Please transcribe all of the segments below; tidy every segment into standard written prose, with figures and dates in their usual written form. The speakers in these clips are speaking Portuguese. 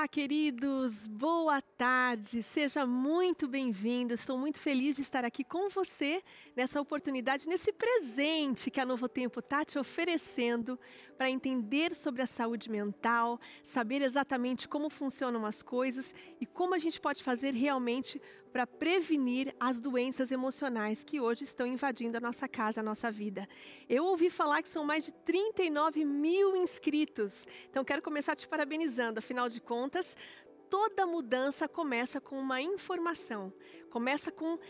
Queridos, boa tarde, seja muito bem-vindo. Estou muito feliz de estar aqui com você nessa oportunidade, nesse presente que a Novo Tempo está te oferecendo para entender sobre a saúde mental, saber exatamente como funcionam as coisas e como a gente pode fazer realmente para prevenir as doenças emocionais que hoje estão invadindo a nossa casa, a nossa vida. Eu ouvi falar que são mais de 39 mil inscritos, então quero começar te parabenizando, afinal de contas, toda mudança começa com uma informação, começa com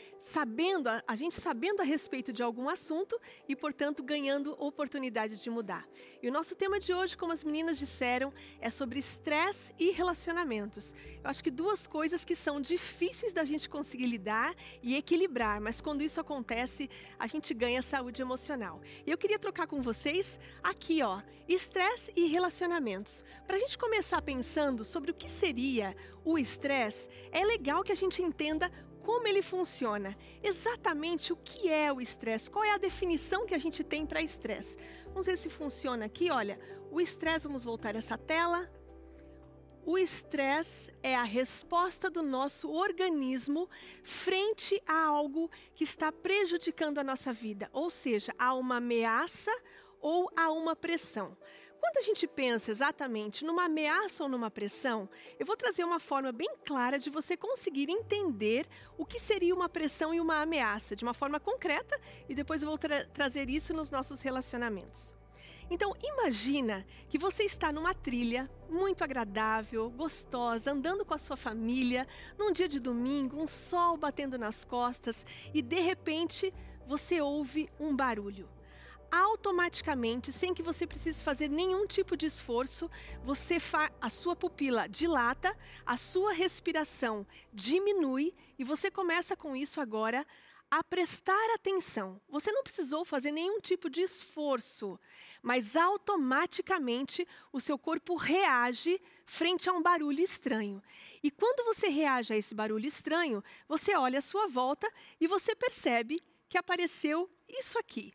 a gente sabendo a respeito de algum assunto e, portanto, ganhando oportunidade de mudar. E o nosso tema de hoje, como as meninas disseram, é sobre estresse e relacionamentos. Eu acho que duas coisas que são difíceis da gente conseguir lidar e equilibrar, mas quando isso acontece, a gente ganha saúde emocional. E eu queria trocar com vocês aqui, estresse e relacionamentos. Para a gente começar pensando sobre o que seria o estresse, é legal que a gente entenda como ele funciona. Exatamente o que é o estresse, qual é a definição que a gente tem para estresse. Vamos ver se funciona aqui, olha, o estresse, vamos voltar essa tela. O estresse é a resposta do nosso organismo frente a algo que está prejudicando a nossa vida, ou seja, a uma ameaça ou a uma pressão. Quando a gente pensa exatamente numa ameaça ou numa pressão, eu vou trazer uma forma bem clara de você conseguir entender o que seria uma pressão e uma ameaça, de uma forma concreta, e depois eu vou trazer isso nos nossos relacionamentos. Então, imagina que você está numa trilha muito agradável, gostosa, andando com a sua família, num dia de domingo, um sol batendo nas costas, e de repente você ouve um barulho. Automaticamente, sem que você precise fazer nenhum tipo de esforço, a sua pupila dilata, a sua respiração diminui e você começa com isso agora a prestar atenção. Você não precisou fazer nenhum tipo de esforço, mas automaticamente o seu corpo reage frente a um barulho estranho. E quando você reage a esse barulho estranho, você olha à sua volta e você percebe que apareceu isso aqui.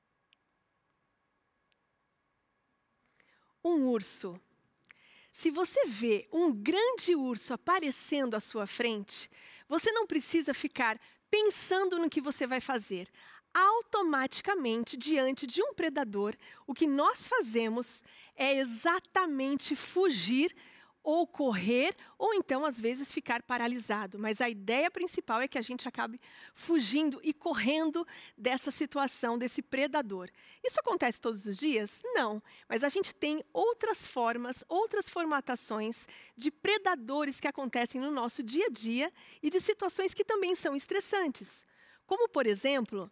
Um urso. Se você vê um grande urso aparecendo à sua frente, você não precisa ficar pensando no que você vai fazer. Automaticamente, diante de um predador, o que nós fazemos é exatamente fugir ou correr, ou então, às vezes, ficar paralisado. Mas a ideia principal é que a gente acabe fugindo e correndo dessa situação, desse predador. Isso acontece todos os dias? Não. Mas a gente tem outras formas, outras formatações de predadores que acontecem no nosso dia a dia e de situações que também são estressantes. Como, por exemplo,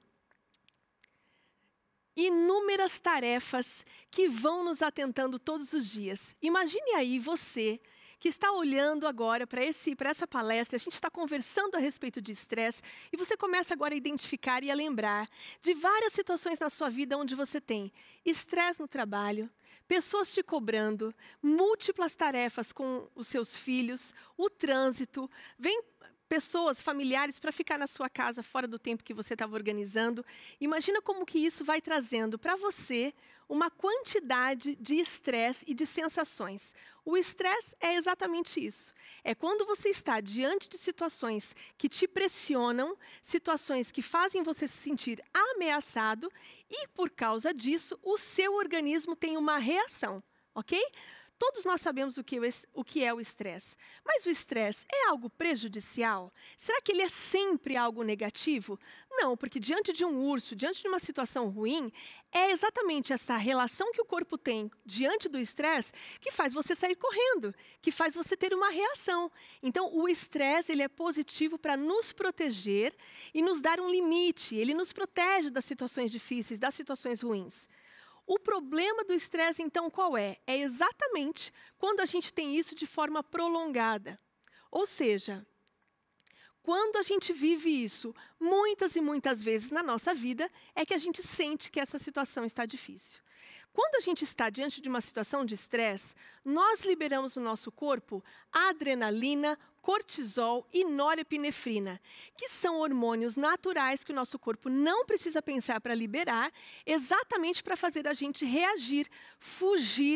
inúmeras tarefas que vão nos atentando todos os dias. Imagine aí você que está olhando agora para essa palestra, a gente está conversando a respeito de estresse, e você começa agora a identificar e a lembrar de várias situações na sua vida onde você tem estresse no trabalho, pessoas te cobrando, múltiplas tarefas com os seus filhos, o trânsito, vem pessoas, familiares, para ficar na sua casa fora do tempo que você estava organizando. Imagina como que isso vai trazendo para você uma quantidade de estresse e de sensações. O estresse é exatamente isso. É quando você está diante de situações que te pressionam, situações que fazem você se sentir ameaçado e, por causa disso, o seu organismo tem uma reação, ok? Todos nós sabemos o que é o estresse, mas o estresse é algo prejudicial? Será que ele é sempre algo negativo? Não, porque diante de um urso, diante de uma situação ruim, é exatamente essa relação que o corpo tem diante do estresse que faz você sair correndo, que faz você ter uma reação. Então, o estresse ele é positivo para nos proteger e nos dar um limite, ele nos protege das situações difíceis, das situações ruins. O problema do estresse, então, qual é? É exatamente quando a gente tem isso de forma prolongada. Ou seja, quando a gente vive isso muitas e muitas vezes na nossa vida, é que a gente sente que essa situação está difícil. Quando a gente está diante de uma situação de estresse, nós liberamos no nosso corpo adrenalina, cortisol e norepinefrina, que são hormônios naturais que o nosso corpo não precisa pensar para liberar, exatamente para fazer a gente reagir, fugir e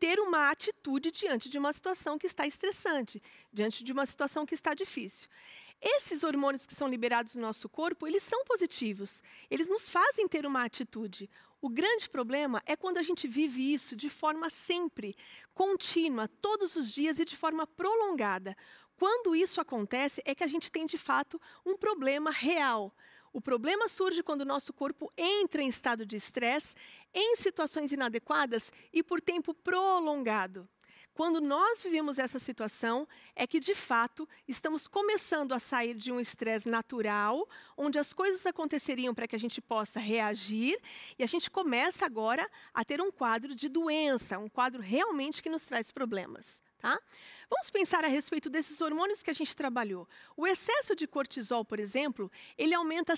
ter uma atitude diante de uma situação que está estressante, diante de uma situação que está difícil. Esses hormônios que são liberados no nosso corpo, eles são positivos. Eles nos fazem ter uma atitude. O grande problema é quando a gente vive isso de forma sempre contínua, todos os dias e de forma prolongada. Quando isso acontece, é que a gente tem, de fato, um problema real. O problema surge quando o nosso corpo entra em estado de estresse, em situações inadequadas e por tempo prolongado. Quando nós vivemos essa situação, é que, de fato, estamos começando a sair de um estresse natural, onde as coisas aconteceriam para que a gente possa reagir, e a gente começa agora a ter um quadro de doença, um quadro realmente que nos traz problemas. Tá? Vamos pensar a respeito desses hormônios que a gente trabalhou. O excesso de cortisol, por exemplo, ele aumenta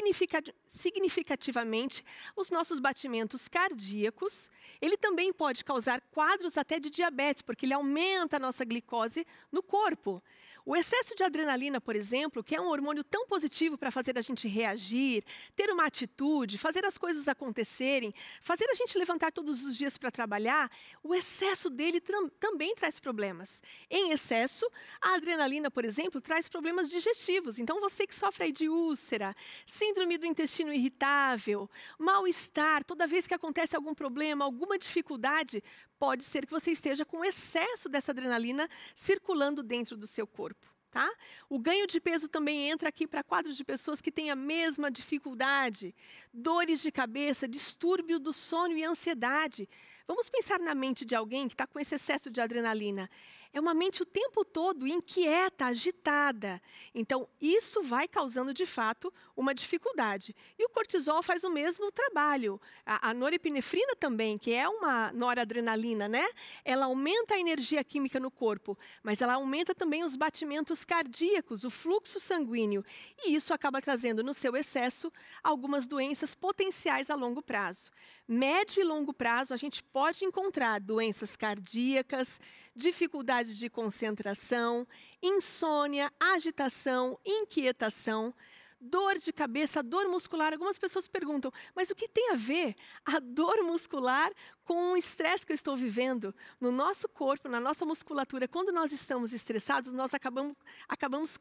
significativamente os nossos batimentos cardíacos. Ele também pode causar quadros até de diabetes, porque ele aumenta a nossa glicose no corpo. O excesso de adrenalina, por exemplo, que é um hormônio tão positivo para fazer a gente reagir, ter uma atitude, fazer as coisas acontecerem, fazer a gente levantar todos os dias para trabalhar, o excesso dele também traz problemas. Em excesso, a adrenalina, por exemplo, traz problemas digestivos. Então, você que sofre aí de úlcera, síndrome do intestino irritável, mal-estar, toda vez que acontece algum problema, alguma dificuldade, pode ser que você esteja com excesso dessa adrenalina circulando dentro do seu corpo. Tá? O ganho de peso também entra aqui para quadros de pessoas que têm a mesma dificuldade. Dores de cabeça, distúrbio do sono e ansiedade. Vamos pensar na mente de alguém que está com esse excesso de adrenalina. É uma mente o tempo todo inquieta, agitada. Então, isso vai causando, de fato, uma dificuldade. E o cortisol faz o mesmo trabalho. A norepinefrina também, que é uma noradrenalina, né? Ela aumenta a energia química no corpo, mas ela aumenta também os batimentos cardíacos, o fluxo sanguíneo. E isso acaba trazendo, no seu excesso, algumas doenças potenciais a longo prazo. Médio e longo prazo, a gente pode encontrar doenças cardíacas, dificuldades de concentração, insônia, agitação, inquietação, dor de cabeça, dor muscular. Algumas pessoas perguntam, mas o que tem a ver a dor muscular com o estresse que eu estou vivendo? No nosso corpo, na nossa musculatura, quando nós estamos estressados, nós acabamos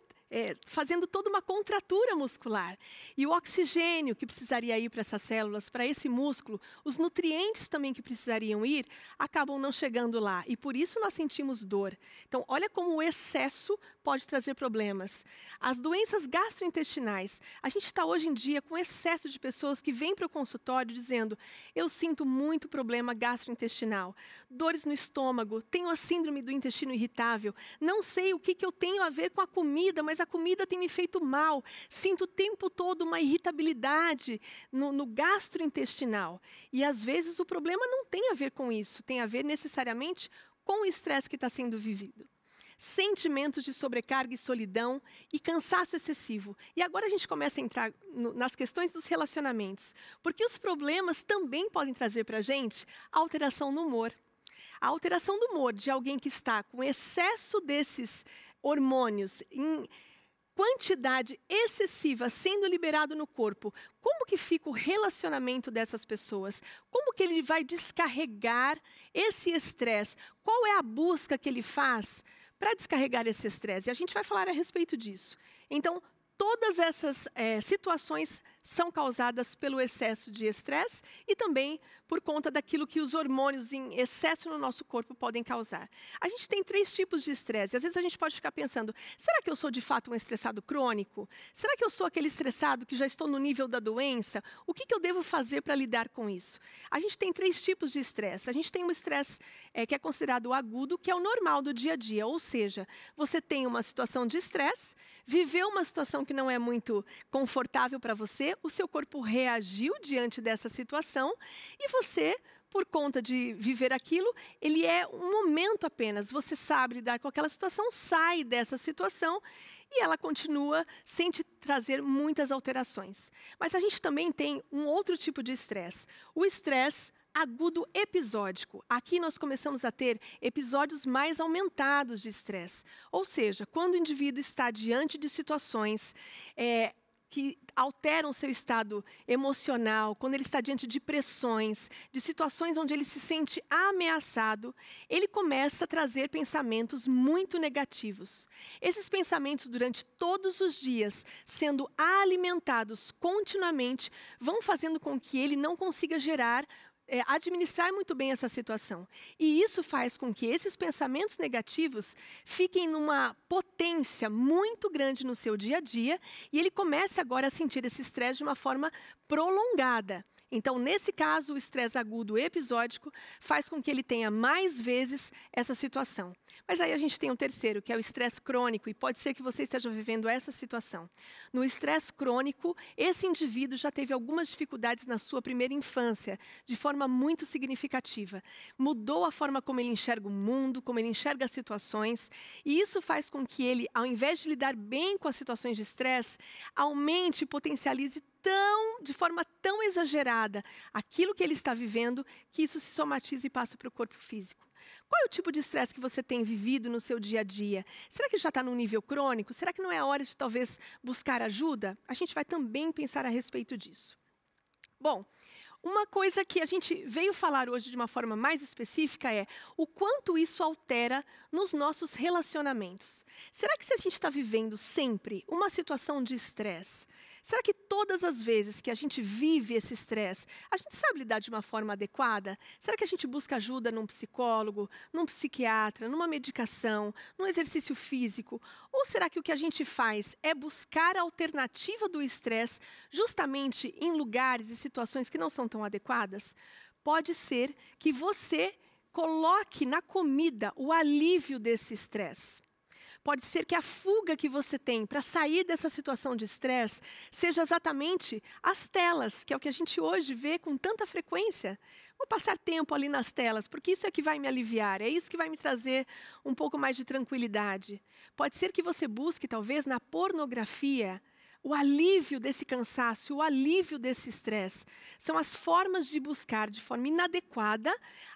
fazendo toda uma contratura muscular. E o oxigênio que precisaria ir para essas células, para esse músculo, os nutrientes também que precisariam ir, acabam não chegando lá. E por isso nós sentimos dor. Então, olha como o excesso pode trazer problemas. As doenças gastrointestinais. A gente está hoje em dia com excesso de pessoas que vêm para o consultório dizendo, eu sinto muito problema gastrointestinal, dores no estômago, tenho a síndrome do intestino irritável, não sei o que eu tenho a ver com a comida, mas a comida tem me feito mal, sinto o tempo todo uma irritabilidade no gastrointestinal. E às vezes o problema não tem a ver com isso, tem a ver necessariamente com o estresse que está sendo vivido. Sentimentos de sobrecarga e solidão e cansaço excessivo. E agora a gente começa a entrar nas questões dos relacionamentos, porque os problemas também podem trazer para a gente alteração no humor. A alteração do humor de alguém que está com excesso desses hormônios em quantidade excessiva sendo liberado no corpo, como que fica o relacionamento dessas pessoas? Como que ele vai descarregar esse estresse? Qual é a busca que ele faz para descarregar esse estresse? E a gente vai falar a respeito disso. Então, todas essas situações são causadas pelo excesso de estresse e também por conta daquilo que os hormônios em excesso no nosso corpo podem causar. A gente tem 3 tipos de estresse. Às vezes a gente pode ficar pensando, será que eu sou de fato um estressado crônico? Será que eu sou aquele estressado que já estou no nível da doença? O que eu devo fazer para lidar com isso? A gente tem 3 tipos de estresse. A gente tem um estresse que é considerado agudo, que é o normal do dia a dia. Ou seja, você tem uma situação de estresse, viveu uma situação que não é muito confortável para você, o seu corpo reagiu diante dessa situação e você, por conta de viver aquilo, ele é um momento apenas. Você sabe lidar com aquela situação, sai dessa situação e ela continua sem te trazer muitas alterações. Mas a gente também tem um outro tipo de estresse, o estresse agudo episódico. Aqui nós começamos a ter episódios mais aumentados de estresse. Ou seja, quando o indivíduo está diante de situações que alteram o seu estado emocional, quando ele está diante de pressões, de situações onde ele se sente ameaçado, ele começa a trazer pensamentos muito negativos. Esses pensamentos, durante todos os dias, sendo alimentados continuamente, vão fazendo com que ele não consiga administrar muito bem essa situação. E isso faz com que esses pensamentos negativos fiquem numa potência muito grande no seu dia a dia e ele comece agora a sentir esse estresse de uma forma prolongada. Então, nesse caso, o estresse agudo episódico faz com que ele tenha mais vezes essa situação. Mas aí a gente tem um terceiro, que é o estresse crônico, e pode ser que você esteja vivendo essa situação. No estresse crônico, esse indivíduo já teve algumas dificuldades na sua primeira infância, de forma muito significativa. Mudou a forma como ele enxerga o mundo, como ele enxerga as situações, e isso faz com que ele, ao invés de lidar bem com as situações de estresse, aumente e potencialize de forma tão exagerada aquilo que ele está vivendo, que isso se somatiza e passa para o corpo físico. Qual é o tipo de estresse que você tem vivido no seu dia a dia? Será que já está num nível crônico? Será que não é hora de talvez buscar ajuda? A gente vai também pensar a respeito disso. Bom, uma coisa que a gente veio falar hoje de uma forma mais específica é o quanto isso altera nos nossos relacionamentos. Será que se a gente está vivendo sempre uma situação de estresse, será que todas as vezes que a gente vive esse estresse, a gente sabe lidar de uma forma adequada? Será que a gente busca ajuda num psicólogo, num psiquiatra, numa medicação, num exercício físico? Ou será que o que a gente faz é buscar a alternativa do estresse justamente em lugares e situações que não são tão adequadas? Pode ser que você coloque na comida o alívio desse estresse. Pode ser que a fuga que você tem para sair dessa situação de estresse seja exatamente as telas, que é o que a gente hoje vê com tanta frequência. Vou passar tempo ali nas telas, porque isso é que vai me aliviar, é isso que vai me trazer um pouco mais de tranquilidade. Pode ser que você busque, talvez, na pornografia, o alívio desse cansaço, o alívio desse estresse. São as formas de buscar de forma inadequada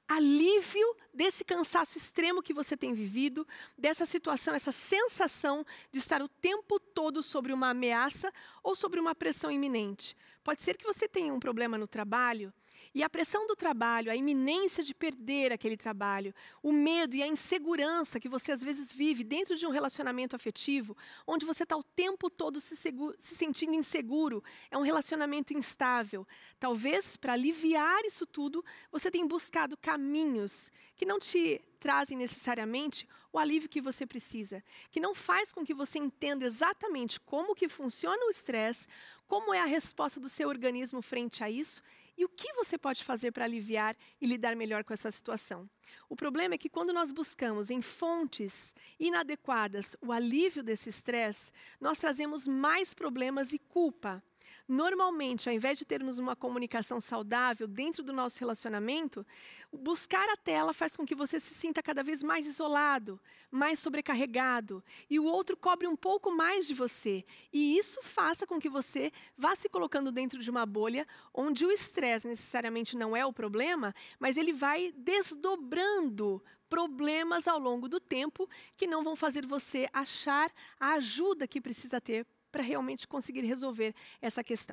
alívio desse cansaço extremo que você tem vivido, dessa situação, essa sensação de estar o tempo todo sobre uma ameaça ou sobre uma pressão iminente. Pode ser que você tenha um problema no trabalho e a pressão do trabalho, a iminência de perder aquele trabalho, o medo e a insegurança que você às vezes vive dentro de um relacionamento afetivo, onde você está o tempo todo se sentindo inseguro, é um relacionamento instável. Talvez, para aliviar isso tudo, você tenha buscado caminhos que não te trazem necessariamente o alívio que você precisa, que não faz com que você entenda exatamente como que funciona o estresse, como é a resposta do seu organismo frente a isso, e o que você pode fazer para aliviar e lidar melhor com essa situação. O problema é que quando nós buscamos em fontes inadequadas o alívio desse estresse, nós trazemos mais problemas e culpa. Normalmente, ao invés de termos uma comunicação saudável dentro do nosso relacionamento, buscar a tela faz com que você se sinta cada vez mais isolado, mais sobrecarregado, e o outro cobre um pouco mais de você. E isso faça com que você vá se colocando dentro de uma bolha onde o estresse necessariamente não é o problema, mas ele vai desdobrando problemas ao longo do tempo que não vão fazer você achar a ajuda que precisa ter para realmente conseguir resolver essa questão.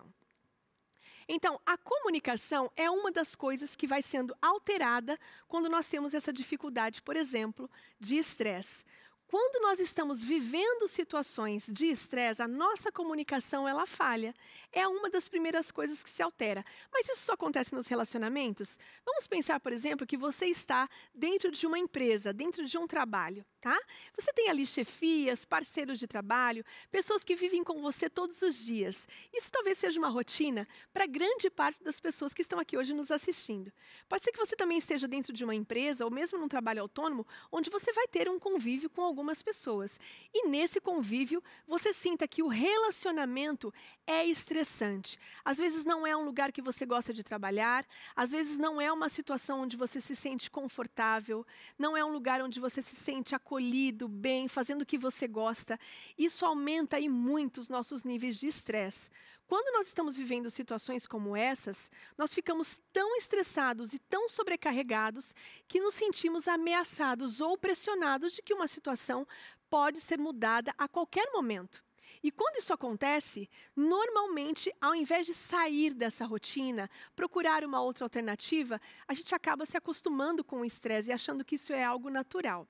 Então, a comunicação é uma das coisas que vai sendo alterada quando nós temos essa dificuldade, por exemplo, de estresse. Quando nós estamos vivendo situações de estresse, a nossa comunicação ela falha. É uma das primeiras coisas que se altera. Mas isso só acontece nos relacionamentos? Vamos pensar, por exemplo, que você está dentro de uma empresa, dentro de um trabalho, tá? Você tem ali chefias, parceiros de trabalho, pessoas que vivem com você todos os dias. Isso talvez seja uma rotina para grande parte das pessoas que estão aqui hoje nos assistindo. Pode ser que você também esteja dentro de uma empresa ou mesmo num trabalho autônomo, onde você vai ter um convívio com algumas pessoas. E nesse convívio, você sinta que o relacionamento é estressante. Às vezes não é um lugar que você gosta de trabalhar, às vezes não é uma situação onde você se sente confortável, não é um lugar onde você se sente acolhido, bem, fazendo o que você gosta. Isso aumenta aí muito os nossos níveis de estresse. Quando nós estamos vivendo situações como essas, nós ficamos tão estressados e tão sobrecarregados que nos sentimos ameaçados ou pressionados de que uma situação pode ser mudada a qualquer momento. E quando isso acontece, normalmente, ao invés de sair dessa rotina, procurar uma outra alternativa, a gente acaba se acostumando com o estresse e achando que isso é algo natural.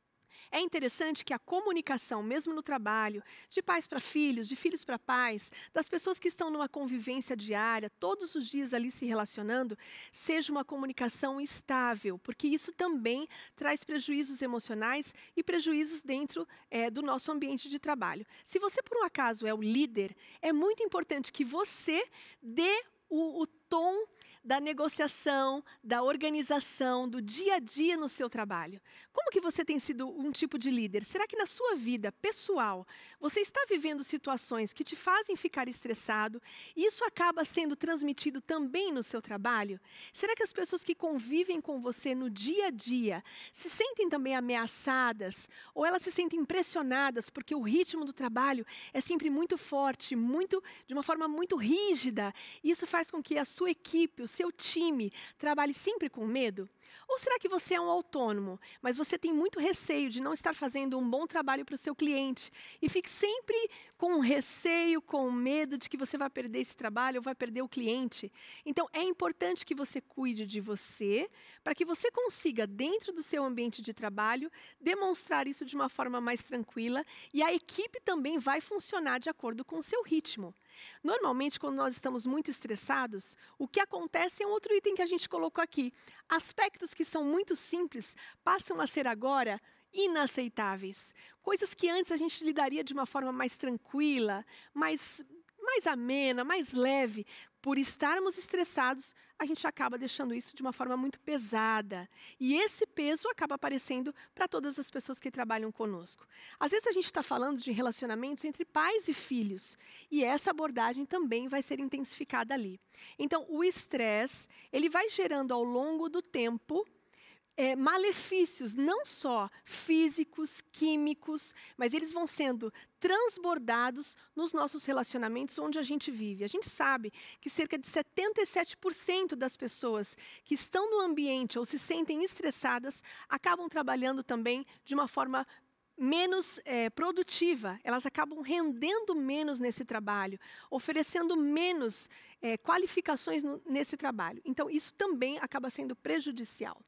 É interessante que a comunicação, mesmo no trabalho, de pais para filhos, de filhos para pais, das pessoas que estão numa convivência diária, todos os dias ali se relacionando, seja uma comunicação estável, porque isso também traz prejuízos emocionais e prejuízos dentro do nosso ambiente de trabalho. Se você, por um acaso, é o líder, é muito importante que você dê o tom da negociação, da organização, do dia a dia no seu trabalho. Como que você tem sido um tipo de líder? Será que na sua vida pessoal, você está vivendo situações que te fazem ficar estressado e isso acaba sendo transmitido também no seu trabalho? Será que as pessoas que convivem com você no dia a dia se sentem também ameaçadas ou elas se sentem impressionadas porque o ritmo do trabalho é sempre muito forte, de uma forma muito rígida, e isso faz com que a sua equipe, o seu time, trabalhe sempre com medo? Ou será que você é um autônomo, mas você tem muito receio de não estar fazendo um bom trabalho para o seu cliente e fique sempre com receio, com medo de que você vai perder esse trabalho ou vai perder o cliente? Então, é importante que você cuide de você, para que você consiga, dentro do seu ambiente de trabalho, demonstrar isso de uma forma mais tranquila, e a equipe também vai funcionar de acordo com o seu ritmo. Normalmente, quando nós estamos muito estressados, o que acontece é um outro item que a gente colocou aqui. Aspectos que são muito simples passam a ser agora inaceitáveis. Coisas que antes a gente lidaria de uma forma mais tranquila, mais amena, mais leve. Por estarmos estressados, a gente acaba deixando isso de uma forma muito pesada. E esse peso acaba aparecendo para todas as pessoas que trabalham conosco. Às vezes a gente está falando de relacionamentos entre pais e filhos. E essa abordagem também vai ser intensificada ali. Então, o estresse, ele vai gerando ao longo do tempo malefícios, não só físicos, químicos, mas eles vão sendo transbordados nos nossos relacionamentos onde a gente vive. A gente sabe que cerca de 77% das pessoas que estão no ambiente ou se sentem estressadas acabam trabalhando também de uma forma menos produtiva. Elas acabam rendendo menos nesse trabalho, oferecendo menos qualificações nesse trabalho. Então, isso também acaba sendo prejudicial.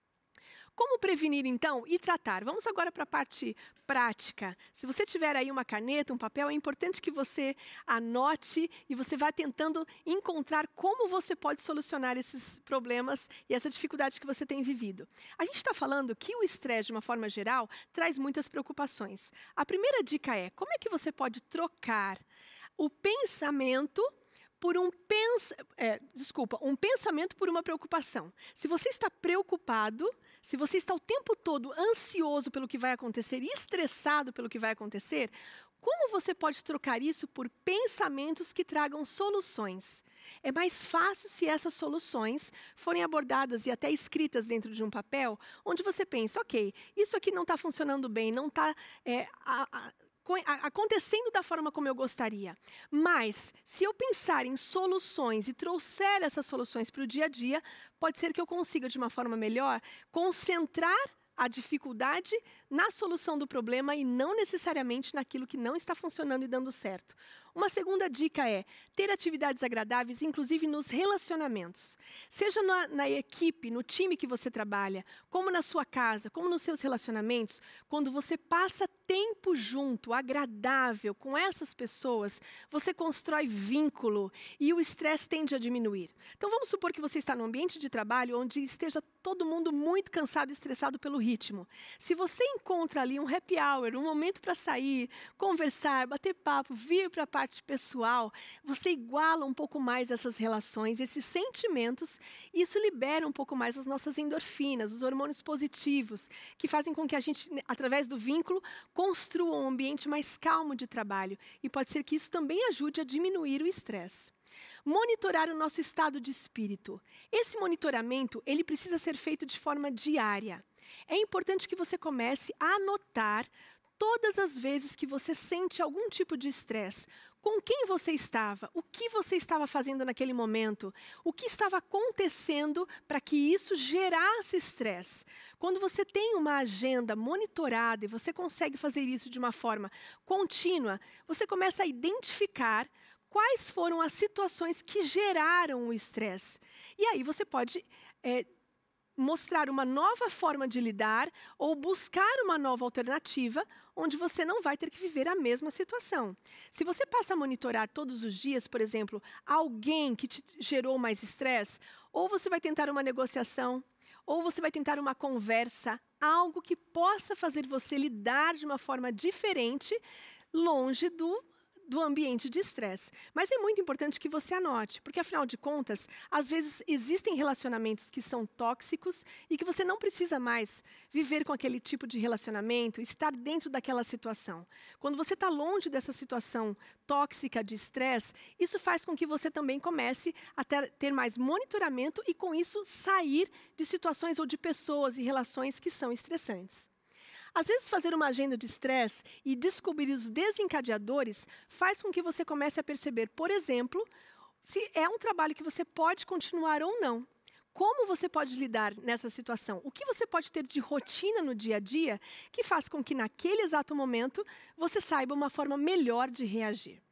Como prevenir, então, e tratar? Vamos agora para a parte prática. Se você tiver aí uma caneta, um papel, é importante que você anote e você vá tentando encontrar como você pode solucionar esses problemas e essa dificuldade que você tem vivido. A gente está falando que o estresse, de uma forma geral, traz muitas preocupações. A primeira dica é, como é que você pode trocar o pensamento por um pensamento por uma preocupação. Se você está preocupado, se você está o tempo todo ansioso pelo que vai acontecer e estressado pelo que vai acontecer, como você pode trocar isso por pensamentos que tragam soluções? É mais fácil se essas soluções forem abordadas e até escritas dentro de um papel, onde você pensa, ok, isso aqui não está funcionando bem, não está acontecendo da forma como eu gostaria. Mas, se eu pensar em soluções e trouxer essas soluções para o dia a dia, pode ser que eu consiga, de uma forma melhor, concentrar a dificuldade na solução do problema e não necessariamente naquilo que não está funcionando e dando certo. Uma segunda dica é ter atividades agradáveis, inclusive nos relacionamentos. Seja na equipe, no time que você trabalha, como na sua casa, como nos seus relacionamentos, quando você passa tempo junto, agradável, com essas pessoas, você constrói vínculo e o estresse tende a diminuir. Então, vamos supor que você está num ambiente de trabalho onde esteja todo mundo muito cansado e estressado pelo ritmo. Se você encontra ali um happy hour, um momento para sair, conversar, bater papo, vir para a parte pessoal, você iguala um pouco mais essas relações, esses sentimentos, e isso libera um pouco mais as nossas endorfinas, os hormônios positivos, que fazem com que a gente, através do vínculo, construa um ambiente mais calmo de trabalho. E pode ser que isso também ajude a diminuir o estresse. Monitorar o nosso estado de espírito. Esse monitoramento, ele precisa ser feito de forma diária. É importante que você comece a anotar todas as vezes que você sente algum tipo de estresse, com quem você estava? O que você estava fazendo naquele momento? O que estava acontecendo para que isso gerasse estresse? Quando você tem uma agenda monitorada e você consegue fazer isso de uma forma contínua, você começa a identificar quais foram as situações que geraram o estresse. E aí você pode mostrar uma nova forma de lidar ou buscar uma nova alternativa onde você não vai ter que viver a mesma situação. Se você passa a monitorar todos os dias, por exemplo, alguém que te gerou mais estresse, ou você vai tentar uma negociação, ou você vai tentar uma conversa, algo que possa fazer você lidar de uma forma diferente, longe do ambiente de estresse. Mas é muito importante que você anote, porque afinal de contas, às vezes existem relacionamentos que são tóxicos e que você não precisa mais viver com aquele tipo de relacionamento, estar dentro daquela situação. Quando você está longe dessa situação tóxica de estresse, isso faz com que você também comece a ter mais monitoramento e com isso sair de situações ou de pessoas e relações que são estressantes. Às vezes, fazer uma agenda de estresse e descobrir os desencadeadores faz com que você comece a perceber, por exemplo, se é um trabalho que você pode continuar ou não. Como você pode lidar nessa situação? O que você pode ter de rotina no dia a dia que faz com que, naquele exato momento, você saiba uma forma melhor de reagir?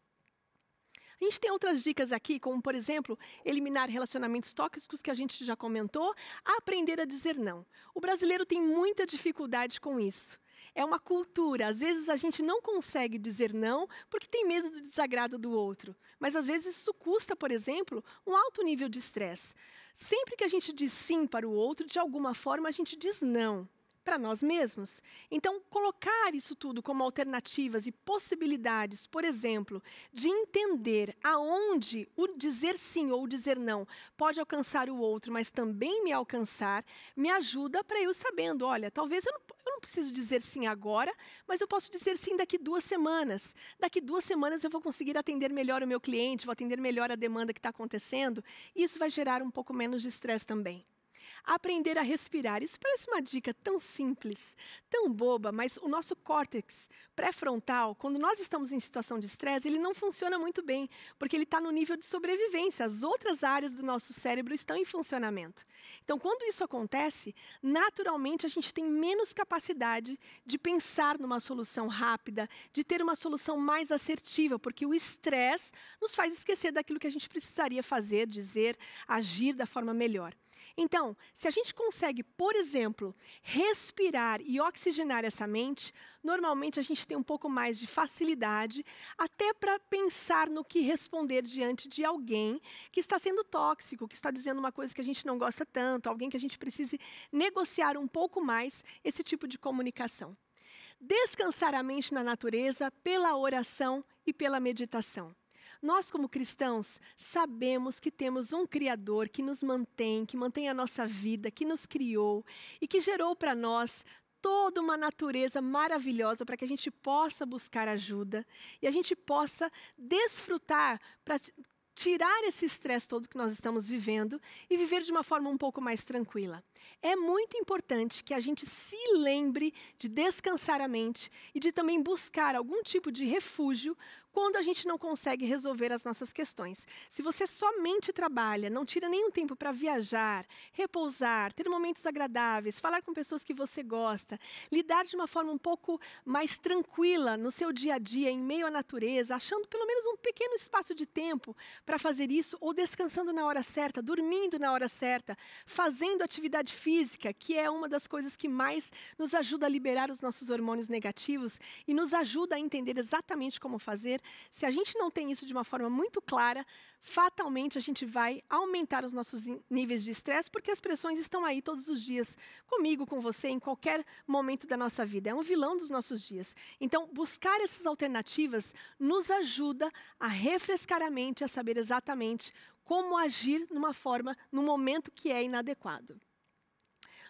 A gente tem outras dicas aqui, como, por exemplo, eliminar relacionamentos tóxicos, que a gente já comentou, aprender a dizer não. O brasileiro tem muita dificuldade com isso. É uma cultura. Às vezes a gente não consegue dizer não porque tem medo do desagrado do outro. Mas às vezes isso custa, por exemplo, um alto nível de estresse. Sempre que a gente diz sim para o outro, de alguma forma a gente diz não para nós mesmos. Então, colocar isso tudo como alternativas e possibilidades, por exemplo, de entender aonde o dizer sim ou o dizer não pode alcançar o outro, mas também me alcançar, me ajuda para eu sabendo, olha, talvez eu não preciso dizer sim agora, mas eu posso dizer sim daqui 2 semanas. Daqui 2 semanas eu vou conseguir atender melhor o meu cliente, vou atender melhor a demanda que está acontecendo, e isso vai gerar um pouco menos de estresse também. Aprender a respirar. Isso parece uma dica tão simples, tão boba, mas o nosso córtex pré-frontal, quando nós estamos em situação de estresse, ele não funciona muito bem, porque ele está no nível de sobrevivência. As outras áreas do nosso cérebro estão em funcionamento. Então, quando isso acontece, naturalmente a gente tem menos capacidade de pensar numa solução rápida, de ter uma solução mais assertiva, porque o estresse nos faz esquecer daquilo que a gente precisaria fazer, dizer, agir da forma melhor. Então, se a gente consegue, por exemplo, respirar e oxigenar essa mente, normalmente a gente tem um pouco mais de facilidade até para pensar no que responder diante de alguém que está sendo tóxico, que está dizendo uma coisa que a gente não gosta tanto, alguém que a gente precise negociar um pouco mais esse tipo de comunicação. Descansar a mente na natureza pela oração e pela meditação. Nós, como cristãos, sabemos que temos um Criador que nos mantém, que mantém a nossa vida, que nos criou e que gerou para nós toda uma natureza maravilhosa para que a gente possa buscar ajuda e a gente possa desfrutar para tirar esse estresse todo que nós estamos vivendo e viver de uma forma um pouco mais tranquila. É muito importante que a gente se lembre de descansar a mente e de também buscar algum tipo de refúgio quando a gente não consegue resolver as nossas questões. Se você somente trabalha, não tira nenhum tempo para viajar, repousar, ter momentos agradáveis, falar com pessoas que você gosta, lidar de uma forma um pouco mais tranquila no seu dia a dia, em meio à natureza, achando pelo menos um pequeno espaço de tempo para fazer isso, ou descansando na hora certa, dormindo na hora certa, fazendo atividade física, que é uma das coisas que mais nos ajuda a liberar os nossos hormônios negativos e nos ajuda a entender exatamente como fazer. Se a gente não tem isso de uma forma muito clara, fatalmente a gente vai aumentar os nossos níveis de estresse, porque as pressões estão aí todos os dias, comigo, com você, em qualquer momento da nossa vida. É um vilão dos nossos dias. Então, buscar essas alternativas nos ajuda a refrescar a mente, a saber exatamente como agir numa forma, num momento que é inadequado.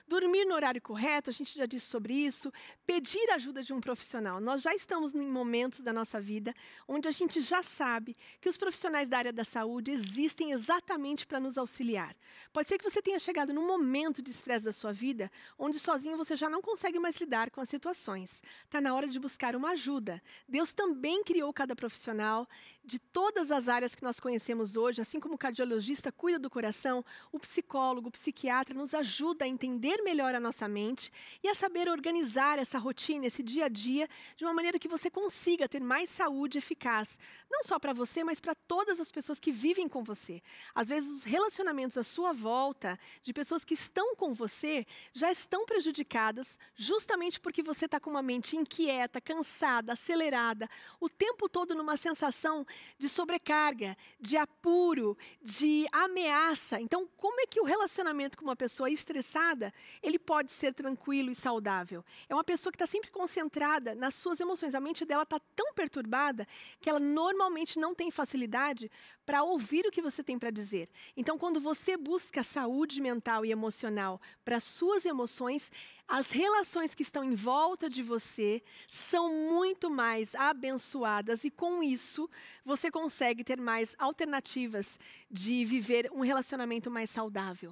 Dormir no horário correto, a gente já disse sobre isso. Pedir ajuda de um profissional. Nós já estamos em momentos da nossa vida onde a gente já sabe que os profissionais da área da saúde existem exatamente para nos auxiliar. Pode ser que você tenha chegado num momento de estresse da sua vida onde sozinho você já não consegue mais lidar com as situações. Está na hora de buscar uma ajuda. Deus também criou cada profissional de todas as áreas que nós conhecemos hoje, assim como o cardiologista cuida do coração, o psicólogo, o psiquiatra nos ajuda a entender melhor a nossa mente e a saber organizar essa rotina, esse dia a dia, de uma maneira que você consiga ter mais saúde eficaz. Não só para você, mas para todas as pessoas que vivem com você. Às vezes os relacionamentos à sua volta, de pessoas que estão com você, já estão prejudicadas justamente porque você está com uma mente inquieta, cansada, acelerada, o tempo todo numa sensação de sobrecarga, de apuro, de ameaça. Então, como é que o relacionamento com uma pessoa estressada, ele pode ser tranquilo e saudável? É uma pessoa que está sempre concentrada nas suas emoções. A mente dela está tão perturbada que ela normalmente não tem facilidade para ouvir o que você tem para dizer. Então, quando você busca saúde mental e emocional para suas emoções, as relações que estão em volta de você são muito mais abençoadas e, com isso, você consegue ter mais alternativas de viver um relacionamento mais saudável.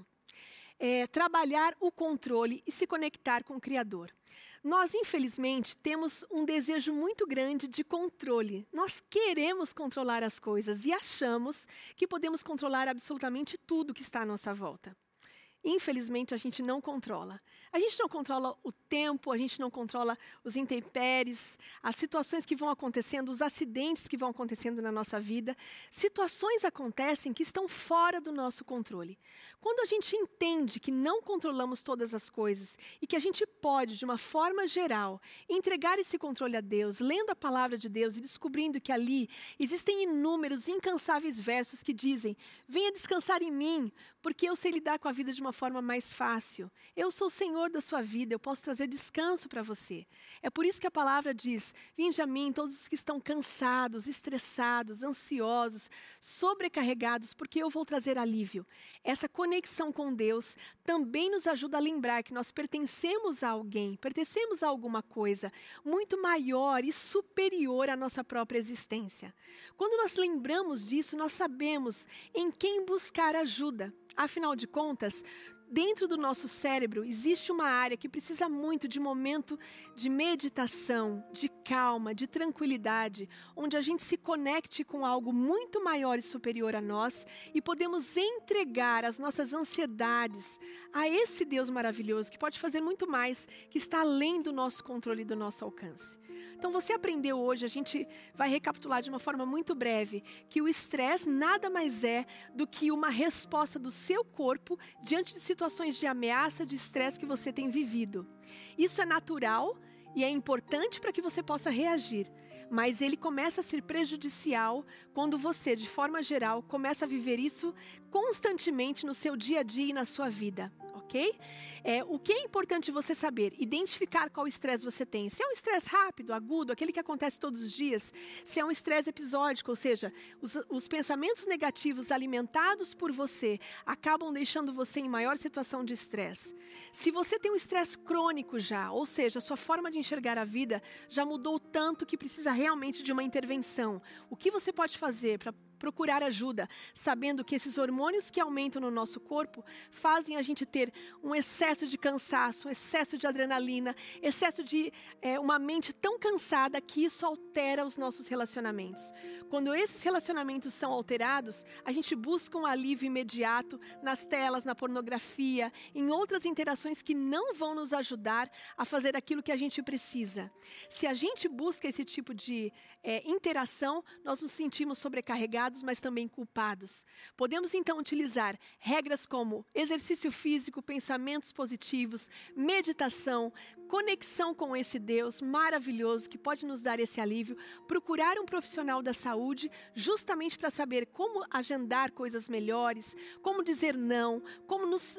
Trabalhar o controle e se conectar com o Criador. Nós, infelizmente, temos um desejo muito grande de controle. Nós queremos controlar as coisas e achamos que podemos controlar absolutamente tudo que está à nossa volta. Infelizmente, a gente não controla. A gente não controla o tempo, a gente não controla os intempéries, as situações que vão acontecendo, os acidentes que vão acontecendo na nossa vida. Situações acontecem que estão fora do nosso controle. Quando a gente entende que não controlamos todas as coisas e que a gente pode, de uma forma geral, entregar esse controle a Deus, lendo a palavra de Deus e descobrindo que ali existem inúmeros, incansáveis versos que dizem: venha descansar em mim, porque eu sei lidar com a vida de uma forma mais fácil. Eu sou o Senhor da sua vida, eu posso trazer descanso para você. É por isso que a palavra diz: vinde a mim todos os que estão cansados, estressados, ansiosos, sobrecarregados, porque eu vou trazer alívio. Essa conexão com Deus também nos ajuda a lembrar que nós pertencemos a alguém, pertencemos a alguma coisa muito maior e superior à nossa própria existência. Quando nós lembramos disso, nós sabemos em quem buscar ajuda. Afinal de contas, dentro do nosso cérebro existe uma área que precisa muito de momento de meditação, de calma, de tranquilidade, onde a gente se conecte com algo muito maior e superior a nós e podemos entregar as nossas ansiedades a esse Deus maravilhoso que pode fazer muito mais, que está além do nosso controle e do nosso alcance. Então você aprendeu hoje, a gente vai recapitular de uma forma muito breve, que o estresse nada mais é do que uma resposta do seu corpo diante de situações de ameaça, de estresse que você tem vivido. Isso é natural e é importante para que você possa reagir, mas ele começa a ser prejudicial quando você, de forma geral, começa a viver isso constantemente no seu dia a dia e na sua vida. Ok? O que é importante você saber? Identificar qual estresse você tem. Se é um estresse rápido, agudo, aquele que acontece todos os dias. Se é um estresse episódico, ou seja, os pensamentos negativos alimentados por você acabam deixando você em maior situação de estresse. Se você tem um estresse crônico já, ou seja, a sua forma de enxergar a vida já mudou tanto que precisa realmente de uma intervenção. O que você pode fazer para procurar ajuda, sabendo que esses hormônios que aumentam no nosso corpo fazem a gente ter um excesso de cansaço, um excesso de adrenalina, excesso de uma mente tão cansada que isso altera os nossos relacionamentos. Quando esses relacionamentos são alterados, a gente busca um alívio imediato nas telas, na pornografia, em outras interações que não vão nos ajudar a fazer aquilo que a gente precisa. Se a gente busca esse tipo de interação, nós nos sentimos sobrecarregados, mas também culpados. Podemos então utilizar regras como exercício físico, pensamentos positivos, meditação, conexão com esse Deus maravilhoso que pode nos dar esse alívio, procurar um profissional da saúde justamente para saber como agendar coisas melhores, como dizer não, como nos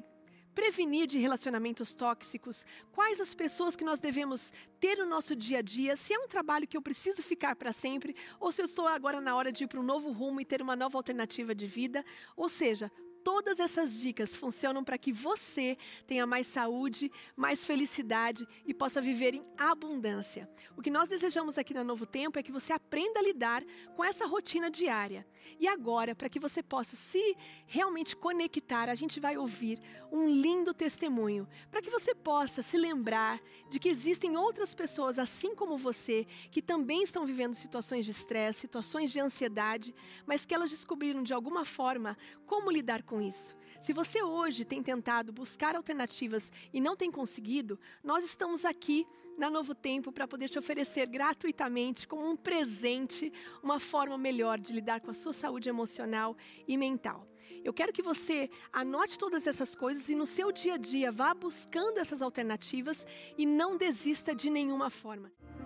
prevenir de relacionamentos tóxicos, quais as pessoas que nós devemos ter no nosso dia a dia, se é um trabalho que eu preciso ficar para sempre, ou se eu estou agora na hora de ir para um novo rumo e ter uma nova alternativa de vida. Ou seja, todas essas dicas funcionam para que você tenha mais saúde, mais felicidade e possa viver em abundância. O que nós desejamos aqui na Novo Tempo é que você aprenda a lidar com essa rotina diária. E agora, para que você possa se realmente conectar, a gente vai ouvir um lindo testemunho, para que você possa se lembrar de que existem outras pessoas assim como você, que também estão vivendo situações de estresse, situações de ansiedade, mas que elas descobriram de alguma forma como lidar com isso. Se você hoje tem tentado buscar alternativas e não tem conseguido, nós estamos aqui na Novo Tempo para poder te oferecer gratuitamente, como um presente, uma forma melhor de lidar com a sua saúde emocional e mental. Eu quero que você anote todas essas coisas e no seu dia a dia vá buscando essas alternativas e não desista de nenhuma forma.